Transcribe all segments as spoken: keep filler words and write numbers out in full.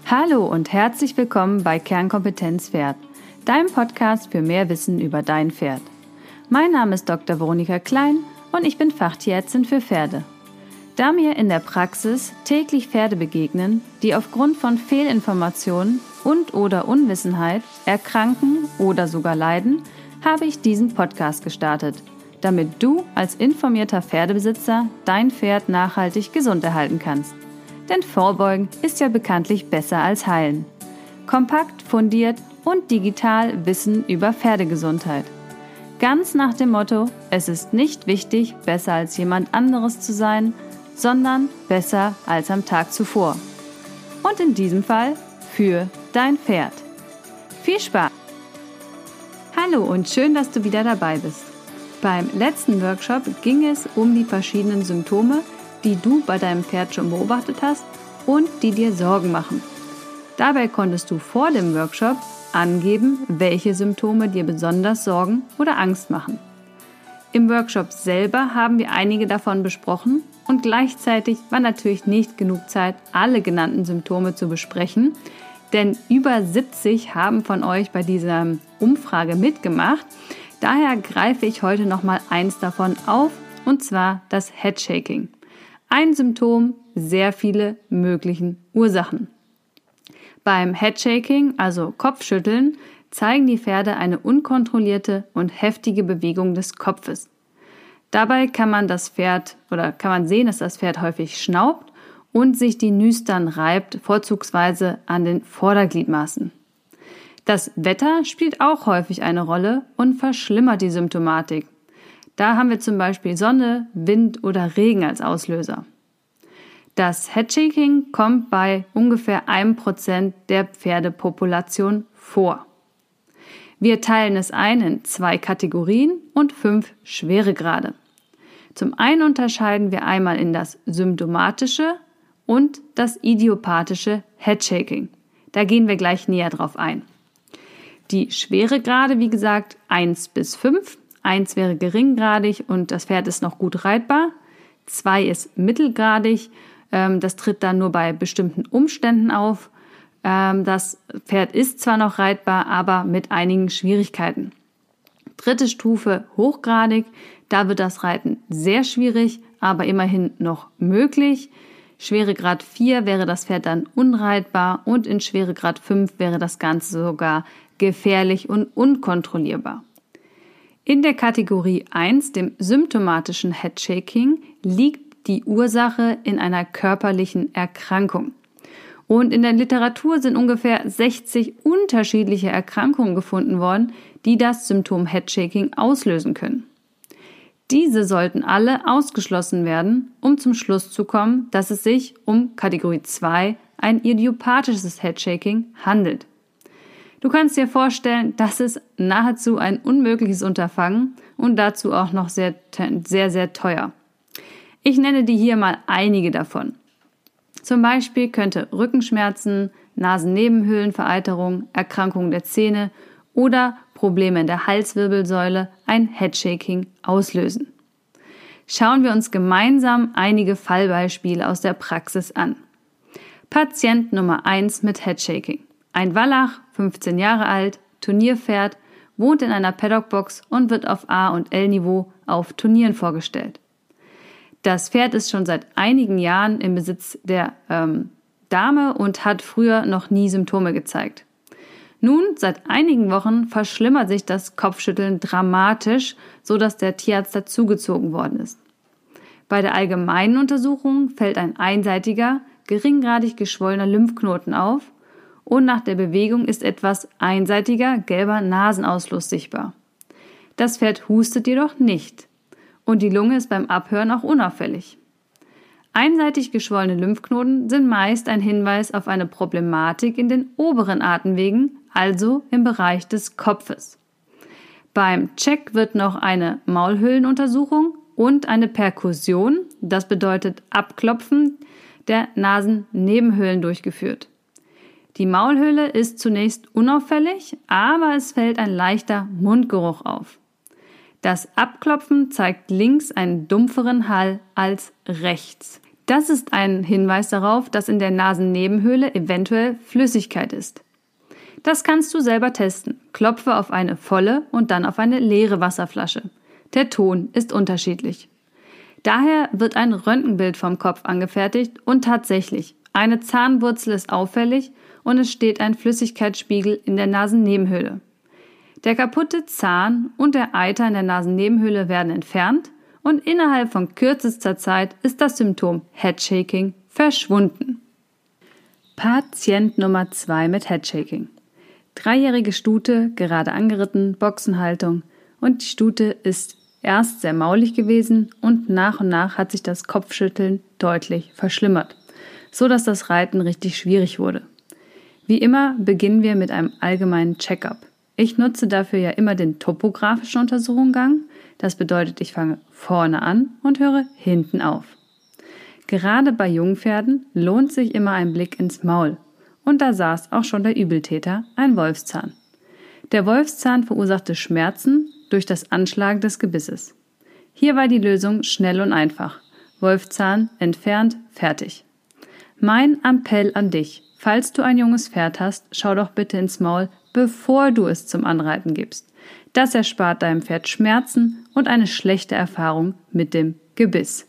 Hallo und herzlich willkommen bei Kernkompetenz Pferd, deinem Podcast für mehr Wissen über dein Pferd. Mein Name ist Doktor Veronika Klein und ich bin Fachtierärztin für Pferde. Da mir in der Praxis täglich Pferde begegnen, die aufgrund von Fehlinformationen und oder Unwissenheit erkranken oder sogar leiden, habe ich diesen Podcast gestartet, damit du als informierter Pferdebesitzer dein Pferd nachhaltig gesund erhalten kannst. Denn Vorbeugen ist ja bekanntlich besser als Heilen. Kompakt, fundiert und digital Wissen über Pferdegesundheit. Ganz nach dem Motto, es ist nicht wichtig, besser als jemand anderes zu sein, sondern besser als am Tag zuvor. Und in diesem Fall für dein Pferd. Viel Spaß! Hallo und schön, dass du wieder dabei bist. Beim letzten Workshop ging es um die verschiedenen Symptome, die du bei deinem Pferd schon beobachtet hast und die dir Sorgen machen. Dabei konntest du vor dem Workshop angeben, welche Symptome dir besonders Sorgen oder Angst machen. Im Workshop selber haben wir einige davon besprochen und gleichzeitig war natürlich nicht genug Zeit, alle genannten Symptome zu besprechen, denn über siebzig haben von euch bei dieser Umfrage mitgemacht. Daher greife ich heute nochmal eins davon auf, und zwar das Headshaking. Ein Symptom, sehr viele möglichen Ursachen. Beim Headshaking, also Kopfschütteln, zeigen die Pferde eine unkontrollierte und heftige Bewegung des Kopfes. Dabei kann man das Pferd oder kann man sehen, dass das Pferd häufig schnaubt und sich die Nüstern reibt, vorzugsweise an den Vordergliedmaßen. Das Wetter spielt auch häufig eine Rolle und verschlimmert die Symptomatik. Da haben wir zum Beispiel Sonne, Wind oder Regen als Auslöser. Das Headshaking kommt bei ungefähr einem Prozent der Pferdepopulation vor. Wir teilen es ein in zwei Kategorien und fünf Schweregrade. Zum einen unterscheiden wir einmal in das symptomatische und das idiopathische Headshaking. Da gehen wir gleich näher drauf ein. Die Schweregrade, wie gesagt, eins bis fünf. eins wäre geringgradig und das Pferd ist noch gut reitbar. zwei ist mittelgradig, ähm, das tritt dann nur bei bestimmten Umständen auf. Ähm, das Pferd ist zwar noch reitbar, aber mit einigen Schwierigkeiten. Dritte Stufe hochgradig, da wird das Reiten sehr schwierig, aber immerhin noch möglich. Schweregrad vier wäre das Pferd dann unreitbar und in Schweregrad fünf wäre das Ganze sogar gefährlich und unkontrollierbar. In der Kategorie eins, dem symptomatischen Headshaking, liegt die Ursache in einer körperlichen Erkrankung. Und in der Literatur sind ungefähr sechzig unterschiedliche Erkrankungen gefunden worden, die das Symptom Headshaking auslösen können. Diese sollten alle ausgeschlossen werden, um zum Schluss zu kommen, dass es sich um Kategorie zwei, ein idiopathisches Headshaking, handelt. Du kannst dir vorstellen, das ist nahezu ein unmögliches Unterfangen und dazu auch noch sehr, sehr, sehr teuer. Ich nenne dir hier mal einige davon. Zum Beispiel könnte Rückenschmerzen, Nasennebenhöhlenvereiterung, Erkrankung der Zähne oder Probleme in der Halswirbelsäule ein Headshaking auslösen. Schauen wir uns gemeinsam einige Fallbeispiele aus der Praxis an. Patient Nummer eins mit Headshaking. Ein Wallach, fünfzehn Jahre alt, Turnierpferd, wohnt in einer Paddockbox und wird auf A- und L-Niveau auf Turnieren vorgestellt. Das Pferd ist schon seit einigen Jahren im Besitz der ähm, Dame und hat früher noch nie Symptome gezeigt. Nun, seit einigen Wochen verschlimmert sich das Kopfschütteln dramatisch, sodass der Tierarzt dazugezogen worden ist. Bei der allgemeinen Untersuchung fällt ein einseitiger, geringgradig geschwollener Lymphknoten auf und nach der Bewegung ist etwas einseitiger gelber Nasenausfluss sichtbar. Das Pferd hustet jedoch nicht und die Lunge ist beim Abhören auch unauffällig. Einseitig geschwollene Lymphknoten sind meist ein Hinweis auf eine Problematik in den oberen Atemwegen, also im Bereich des Kopfes. Beim Check wird noch eine Maulhöhlenuntersuchung und eine Perkussion, das bedeutet Abklopfen der Nasennebenhöhlen, durchgeführt. Die Maulhöhle ist zunächst unauffällig, aber es fällt ein leichter Mundgeruch auf. Das Abklopfen zeigt links einen dumpferen Hall als rechts. Das ist ein Hinweis darauf, dass in der Nasennebenhöhle eventuell Flüssigkeit ist. Das kannst du selber testen. Klopfe auf eine volle und dann auf eine leere Wasserflasche. Der Ton ist unterschiedlich. Daher wird ein Röntgenbild vom Kopf angefertigt und tatsächlich, eine Zahnwurzel ist auffällig und es steht ein Flüssigkeitsspiegel in der Nasennebenhöhle. Der kaputte Zahn und der Eiter in der Nasennebenhöhle werden entfernt und innerhalb von kürzester Zeit ist das Symptom Headshaking verschwunden. Patient Nummer zwei mit Headshaking. Dreijährige Stute, gerade angeritten, Boxenhaltung und die Stute ist erst sehr maulig gewesen und nach und nach hat sich das Kopfschütteln deutlich verschlimmert, so dass das Reiten richtig schwierig wurde. Wie immer beginnen wir mit einem allgemeinen Check-up. Ich nutze dafür ja immer den topografischen Untersuchungsgang. Das bedeutet, ich fange vorne an und höre hinten auf. Gerade bei Jungpferden lohnt sich immer ein Blick ins Maul. Und da saß auch schon der Übeltäter, ein Wolfszahn. Der Wolfszahn verursachte Schmerzen durch das Anschlagen des Gebisses. Hier war die Lösung schnell und einfach. Wolfszahn entfernt, fertig. Mein Appell an dich, falls du ein junges Pferd hast, schau doch bitte ins Maul, bevor du es zum Anreiten gibst. Das erspart deinem Pferd Schmerzen und eine schlechte Erfahrung mit dem Gebiss.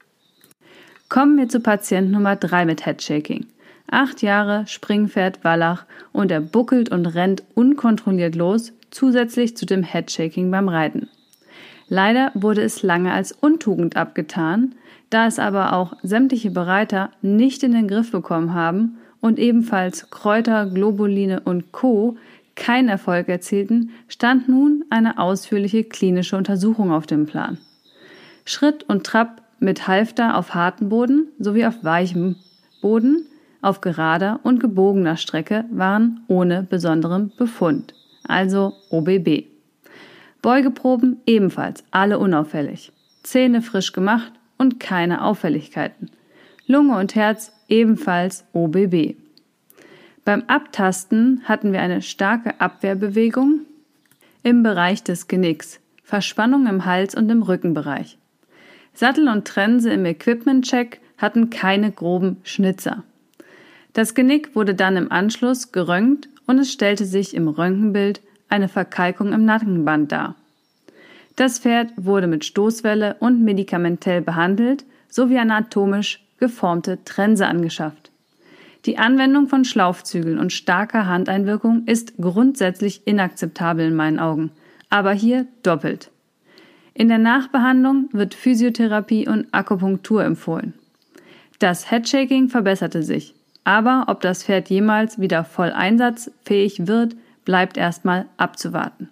Kommen wir zu Patient Nummer drei mit Headshaking. Acht Jahre, Springpferd, Wallach und er buckelt und rennt unkontrolliert los, zusätzlich zu dem Headshaking beim Reiten. Leider wurde es lange als Untugend abgetan, da es aber auch sämtliche Bereiter nicht in den Griff bekommen haben und ebenfalls Kräuter, Globuline und Co. keinen Erfolg erzielten, stand nun eine ausführliche klinische Untersuchung auf dem Plan. Schritt und Trab mit Halfter auf hartem Boden sowie auf weichem Boden, auf gerader und gebogener Strecke waren ohne besonderem Befund, also O B B. Beugeproben ebenfalls alle unauffällig, Zähne frisch gemacht und keine Auffälligkeiten. Lunge und Herz ebenfalls O B B. Beim Abtasten hatten wir eine starke Abwehrbewegung im Bereich des Genicks, Verspannung im Hals und im Rückenbereich. Sattel und Trense im Equipment-Check hatten keine groben Schnitzer. Das Genick wurde dann im Anschluss geröntgt und es stellte sich im Röntgenbild eine Verkalkung im Nackenband dar. Das Pferd wurde mit Stoßwelle und medikamentell behandelt sowie anatomisch geformte Trense angeschafft. Die Anwendung von Schlaufzügeln und starker Handeinwirkung ist grundsätzlich inakzeptabel in meinen Augen, aber hier doppelt. In der Nachbehandlung wird Physiotherapie und Akupunktur empfohlen. Das Headshaking verbesserte sich, aber ob das Pferd jemals wieder voll einsatzfähig wird, bleibt erstmal abzuwarten.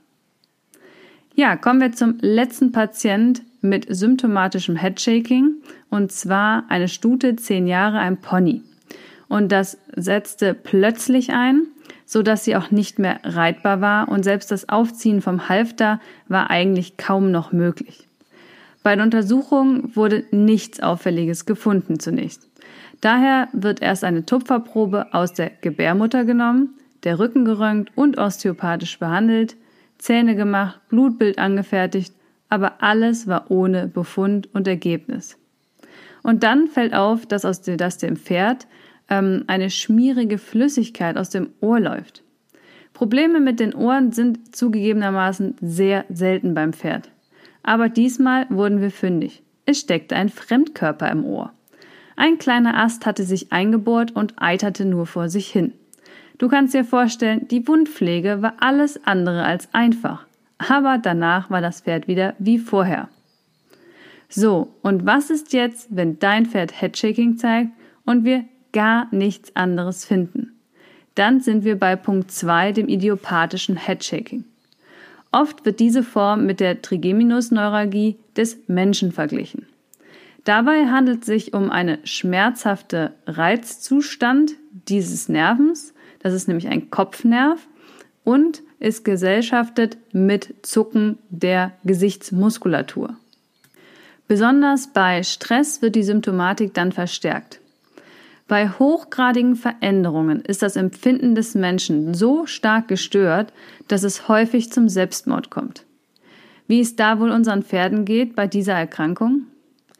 Ja, kommen wir zum letzten Patient mit symptomatischem Headshaking, und zwar eine Stute, zehn Jahre, ein Pony. Und das setzte plötzlich ein, so dass sie auch nicht mehr reitbar war und selbst das Aufziehen vom Halfter war eigentlich kaum noch möglich. Bei der Untersuchung wurde nichts Auffälliges gefunden zunächst. Daher wird erst eine Tupferprobe aus der Gebärmutter genommen, der Rücken geröntgt und osteopathisch behandelt, Zähne gemacht, Blutbild angefertigt, aber alles war ohne Befund und Ergebnis. Und dann fällt auf, dass, aus dem, dass dem Pferd ähm, eine schmierige Flüssigkeit aus dem Ohr läuft. Probleme mit den Ohren sind zugegebenermaßen sehr selten beim Pferd. Aber diesmal wurden wir fündig. Es steckte ein Fremdkörper im Ohr. Ein kleiner Ast hatte sich eingebohrt und eiterte nur vor sich hin. Du kannst dir vorstellen, die Wundpflege war alles andere als einfach. Aber danach war das Pferd wieder wie vorher. So, und was ist jetzt, wenn dein Pferd Headshaking zeigt und wir gar nichts anderes finden? Dann sind wir bei Punkt zwei, dem idiopathischen Headshaking. Oft wird diese Form mit der Trigeminusneuralgie des Menschen verglichen. Dabei handelt es sich um einen schmerzhaften Reizzustand dieses Nervens, das ist nämlich ein Kopfnerv und ist gesellschaftet mit Zucken der Gesichtsmuskulatur. Besonders bei Stress wird die Symptomatik dann verstärkt. Bei hochgradigen Veränderungen ist das Empfinden des Menschen so stark gestört, dass es häufig zum Selbstmord kommt. Wie es da wohl unseren Pferden geht bei dieser Erkrankung?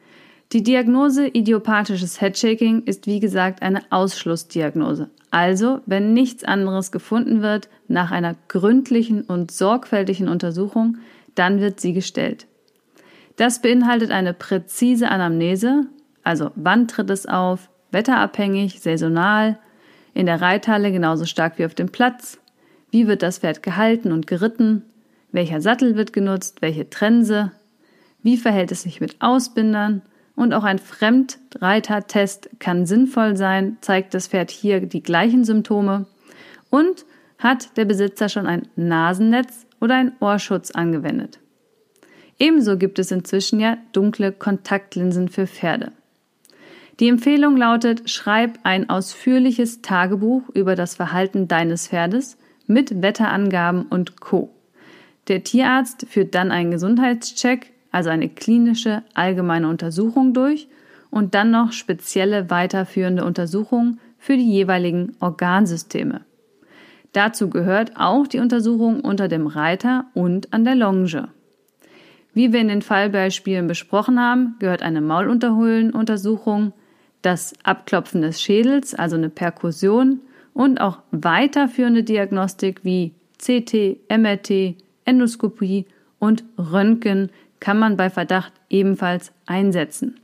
Die Diagnose idiopathisches Headshaking ist wie gesagt eine Ausschlussdiagnose. Also, wenn nichts anderes gefunden wird nach einer gründlichen und sorgfältigen Untersuchung, dann wird sie gestellt. Das beinhaltet eine präzise Anamnese, also wann tritt es auf, wetterabhängig, saisonal, in der Reithalle genauso stark wie auf dem Platz, wie wird das Pferd gehalten und geritten, welcher Sattel wird genutzt, welche Trense, wie verhält es sich mit Ausbindern, und auch ein Fremdreitertest kann sinnvoll sein, zeigt das Pferd hier die gleichen Symptome und hat der Besitzer schon ein Nasennetz oder einen Ohrschutz angewendet. Ebenso gibt es inzwischen ja dunkle Kontaktlinsen für Pferde. Die Empfehlung lautet, schreib ein ausführliches Tagebuch über das Verhalten deines Pferdes mit Wetterangaben und Co. Der Tierarzt führt dann einen Gesundheitscheck, also eine klinische allgemeine Untersuchung durch und dann noch spezielle weiterführende Untersuchungen für die jeweiligen Organsysteme. Dazu gehört auch die Untersuchung unter dem Reiter und an der Longe. Wie wir in den Fallbeispielen besprochen haben, gehört eine Maulunterhohlenuntersuchung, das Abklopfen des Schädels, also eine Perkussion und auch weiterführende Diagnostik wie C T, M R T, Endoskopie und Röntgen kann man bei Verdacht ebenfalls einsetzen.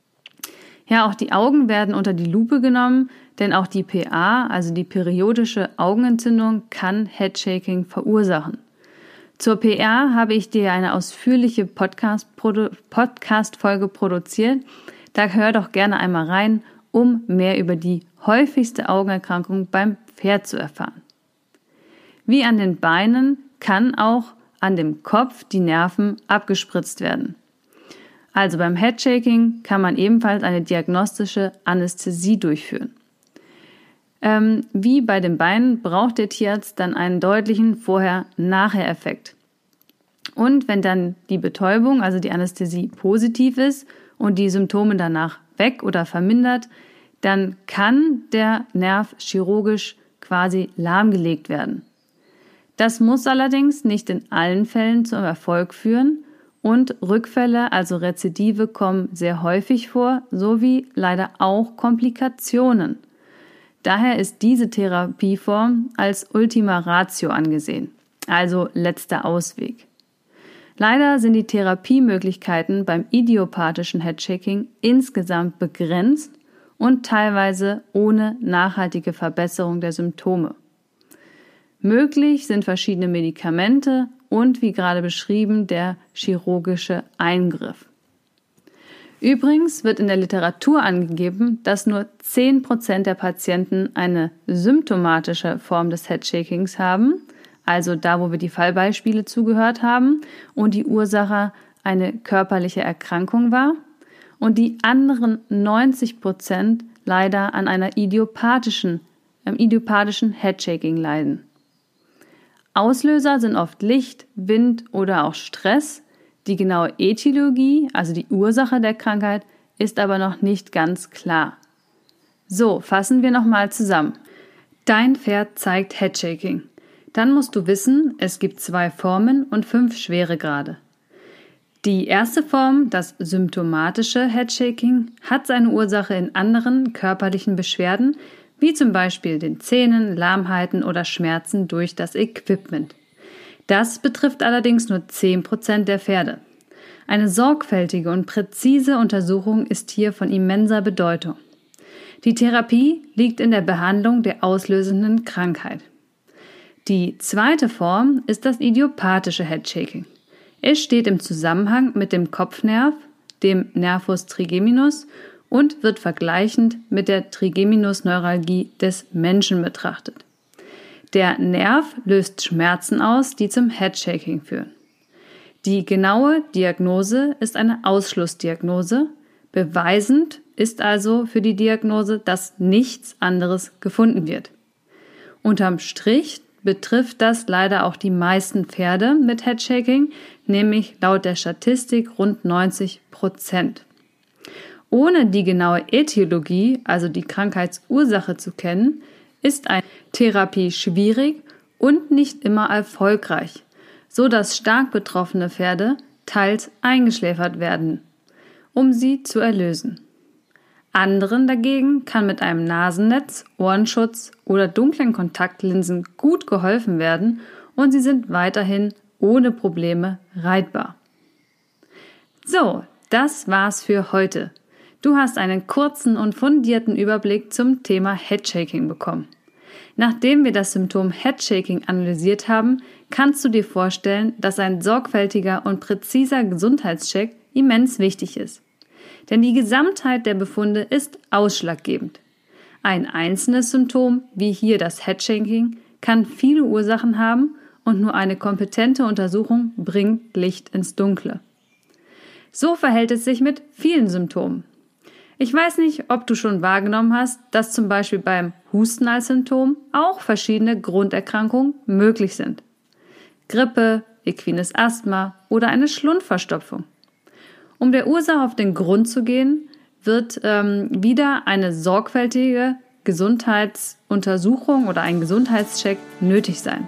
Ja, auch die Augen werden unter die Lupe genommen, denn auch die P A, also die periodische Augenentzündung, kann Headshaking verursachen. Zur P A habe ich dir eine ausführliche Podcast-Folge Podcast produziert. Da hör doch gerne einmal rein, um mehr über die häufigste Augenerkrankung beim Pferd zu erfahren. Wie an den Beinen kann auch an dem Kopf die Nerven abgespritzt werden. Also beim Headshaking kann man ebenfalls eine diagnostische Anästhesie durchführen. Ähm, wie bei den Beinen braucht der Tierarzt dann einen deutlichen Vorher-Nachher-Effekt. Und wenn dann die Betäubung, also die Anästhesie, positiv ist und die Symptome danach weg oder vermindert, dann kann der Nerv chirurgisch quasi lahmgelegt werden. Das muss allerdings nicht in allen Fällen zum Erfolg führen und Rückfälle, also Rezidive, kommen sehr häufig vor, sowie leider auch Komplikationen. Daher ist diese Therapieform als Ultima Ratio angesehen, also letzter Ausweg. Leider sind die Therapiemöglichkeiten beim idiopathischen Headshaking insgesamt begrenzt und teilweise ohne nachhaltige Verbesserung der Symptome. Möglich sind verschiedene Medikamente und, wie gerade beschrieben, der chirurgische Eingriff. Übrigens wird in der Literatur angegeben, dass nur zehn Prozent der Patienten eine symptomatische Form des Headshakings haben, also da, wo wir die Fallbeispiele zugehört haben, und die Ursache eine körperliche Erkrankung war, und die anderen neunzig Prozent leider an einer idiopathischen, einem idiopathischen Headshaking leiden. Auslöser sind oft Licht, Wind oder auch Stress. Die genaue Ätiologie, also die Ursache der Krankheit, ist aber noch nicht ganz klar. So, fassen wir nochmal zusammen. Dein Pferd zeigt Headshaking. Dann musst du wissen, es gibt zwei Formen und fünf Schweregrade. Die erste Form, das symptomatische Headshaking, hat seine Ursache in anderen körperlichen Beschwerden, wie zum Beispiel den Zähnen, Lahmheiten oder Schmerzen durch das Equipment. Das betrifft allerdings nur zehn Prozent der Pferde. Eine sorgfältige und präzise Untersuchung ist hier von immenser Bedeutung. Die Therapie liegt in der Behandlung der auslösenden Krankheit. Die zweite Form ist das idiopathische Headshaking. Es steht im Zusammenhang mit dem Kopfnerv, dem Nervus trigeminus, und wird vergleichend mit der Trigeminusneuralgie des Menschen betrachtet. Der Nerv löst Schmerzen aus, die zum Headshaking führen. Die genaue Diagnose ist eine Ausschlussdiagnose. Beweisend ist also für die Diagnose, dass nichts anderes gefunden wird. Unterm Strich betrifft das leider auch die meisten Pferde mit Headshaking, nämlich laut der Statistik rund neunzig Prozent. Ohne die genaue Ätiologie, also die Krankheitsursache zu kennen, ist eine Therapie schwierig und nicht immer erfolgreich, so dass stark betroffene Pferde teils eingeschläfert werden. um sie zu erlösen. Anderen dagegen kann mit einem Nasennetz, Ohrenschutz oder dunklen Kontaktlinsen gut geholfen werden und sie sind weiterhin ohne Probleme reitbar. So, das war's für heute. Du hast einen kurzen und fundierten Überblick zum Thema Headshaking bekommen. Nachdem wir das Symptom Headshaking analysiert haben, kannst du dir vorstellen, dass ein sorgfältiger und präziser Gesundheitscheck immens wichtig ist. Denn die Gesamtheit der Befunde ist ausschlaggebend. Ein einzelnes Symptom, wie hier das Headshaking, kann viele Ursachen haben und nur eine kompetente Untersuchung bringt Licht ins Dunkle. So verhält es sich mit vielen Symptomen. Ich weiß nicht, ob du schon wahrgenommen hast, dass zum Beispiel beim Husten als Symptom auch verschiedene Grunderkrankungen möglich sind. Grippe, equines Asthma oder eine Schlundverstopfung. Um der Ursache auf den Grund zu gehen, wird ähm, wieder eine sorgfältige Gesundheitsuntersuchung oder ein Gesundheitscheck nötig sein.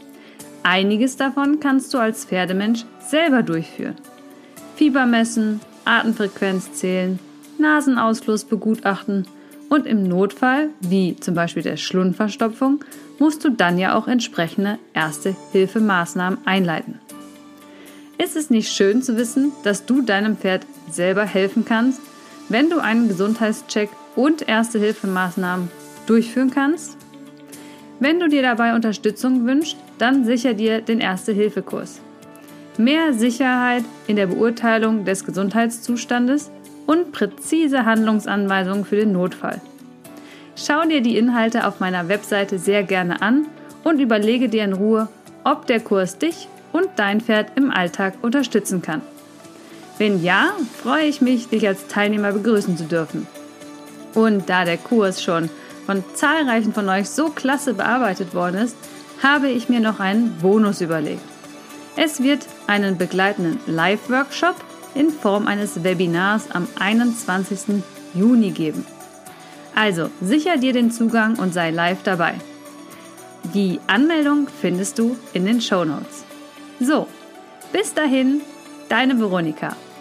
Einiges davon kannst du als Pferdemensch selber durchführen. Fieber messen, Atemfrequenz zählen, Nasenausfluss begutachten und im Notfall, wie zum Beispiel der Schlundverstopfung, musst du dann ja auch entsprechende Erste-Hilfe-Maßnahmen einleiten. Ist es nicht schön zu wissen, dass du deinem Pferd selber helfen kannst, wenn du einen Gesundheitscheck und Erste-Hilfe-Maßnahmen durchführen kannst? Wenn du dir dabei Unterstützung wünschst, dann sicher dir den Erste-Hilfe-Kurs. Mehr Sicherheit in der Beurteilung des Gesundheitszustandes und präzise Handlungsanweisungen für den Notfall. Schau dir die Inhalte auf meiner Webseite sehr gerne an und überlege dir in Ruhe, ob der Kurs dich und dein Pferd im Alltag unterstützen kann. Wenn ja, freue ich mich, dich als Teilnehmer begrüßen zu dürfen. Und da der Kurs schon von zahlreichen von euch so klasse bearbeitet worden ist, habe ich mir noch einen Bonus überlegt. Es wird einen begleitenden Live-Workshop in Form eines Webinars am einundzwanzigsten Juni geben. Also sicher dir den Zugang und sei live dabei. Die Anmeldung findest du in den Shownotes. So, bis dahin, deine Veronika.